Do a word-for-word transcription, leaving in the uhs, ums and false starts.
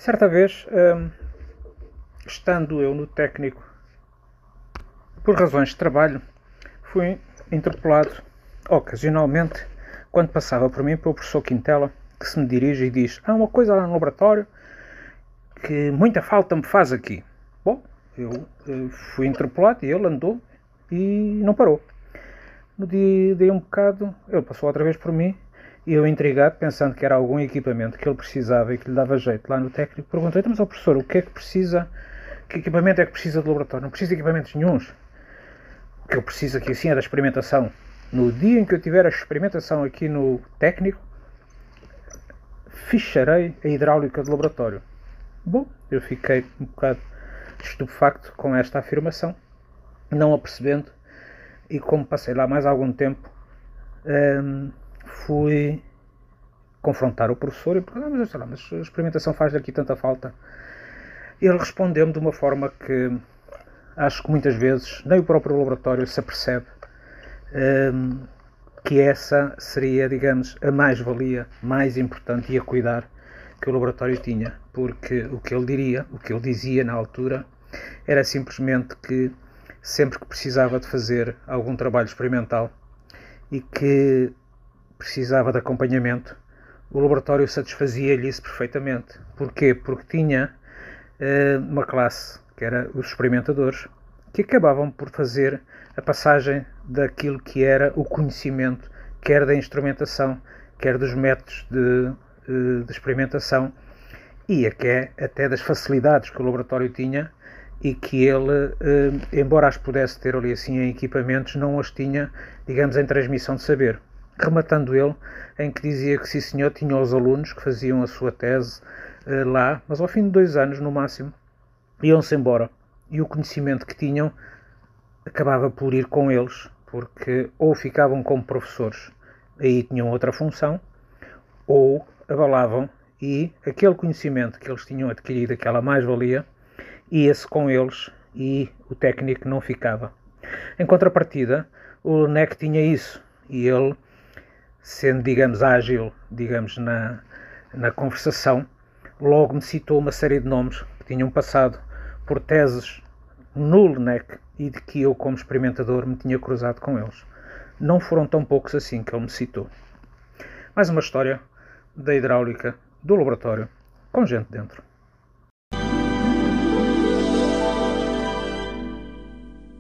Certa vez, hum, estando eu no técnico, por razões de trabalho, fui interpelado ocasionalmente, quando passava por mim, pelo professor Quintela, que se me dirige e diz: há uma coisa lá no laboratório que muita falta me faz aqui. Bom, eu, eu fui interpelado e ele andou e não parou. No dia, dei um bocado, ele passou outra vez por mim e eu, intrigado, pensando que era algum equipamento que ele precisava e que lhe dava jeito lá no técnico, perguntei: mas ao professor, o que é que precisa, que equipamento é que precisa do laboratório? Não precisa de equipamentos nenhuns. O que eu preciso aqui assim é da experimentação. No dia em que eu tiver a experimentação aqui no técnico, ficharei a hidráulica do laboratório. Bom, eu fiquei um bocado estupefacto com esta afirmação, não a percebendo, e como passei lá mais algum tempo, hum, fui confrontar o professor e perguntar: ah, mas, sei lá, mas a experimentação faz-lhe aqui tanta falta? Ele respondeu-me de uma forma que acho que muitas vezes nem o próprio laboratório se apercebe, hum, que essa seria, digamos, a mais-valia mais importante e a cuidar que o laboratório tinha, porque o que ele diria, o que ele dizia na altura, era simplesmente que sempre que precisava de fazer algum trabalho experimental e que precisava de acompanhamento, o laboratório satisfazia-lhe isso perfeitamente. Porquê? Porque tinha uh, uma classe, que era os experimentadores, que acabavam por fazer a passagem daquilo que era o conhecimento, quer da instrumentação, quer dos métodos de, de experimentação e até das facilidades que o laboratório tinha e que ele, embora as pudesse ter ali assim em equipamentos, não as tinha, digamos, em transmissão de saber. Rematando ele, em que dizia que sim senhor, tinha os alunos que faziam a sua tese lá, mas ao fim de dois anos no máximo, iam-se embora. E o conhecimento que tinham acabava por ir com eles, porque ou ficavam como professores, aí tinham outra função, ou abalavam e aquele conhecimento que eles tinham adquirido, aquela mais-valia, ia-se com eles e o técnico não ficava. Em contrapartida, o L N E C tinha isso e ele, sendo, digamos, ágil, digamos, na, na conversação, logo me citou uma série de nomes que tinham passado por teses no L N E C e de que eu, como experimentador, me tinha cruzado com eles. Não foram tão poucos assim que ele me citou. Mais uma história da hidráulica do laboratório, com gente dentro.